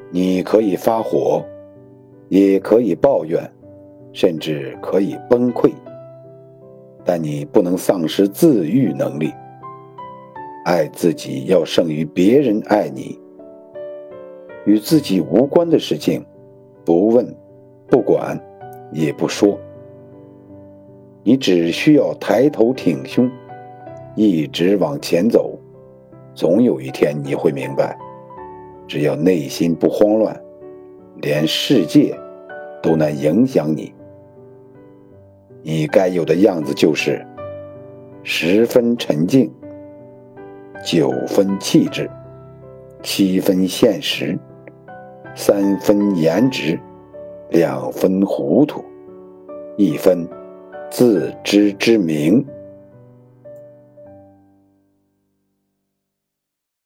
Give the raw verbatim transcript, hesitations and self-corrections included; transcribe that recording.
你可以发火，也可以抱怨，甚至可以崩溃，但你不能丧失自愈能力。爱自己要胜于别人爱你。与自己无关的事情，不问、不管、也不说。你只需要抬头挺胸，一直往前走，总有一天你会明白，只要内心不慌乱，连世界都难影响你。你该有的样子就是十分沉静，九分气质，七分现实，三分颜值，两分糊涂，一分自知之明。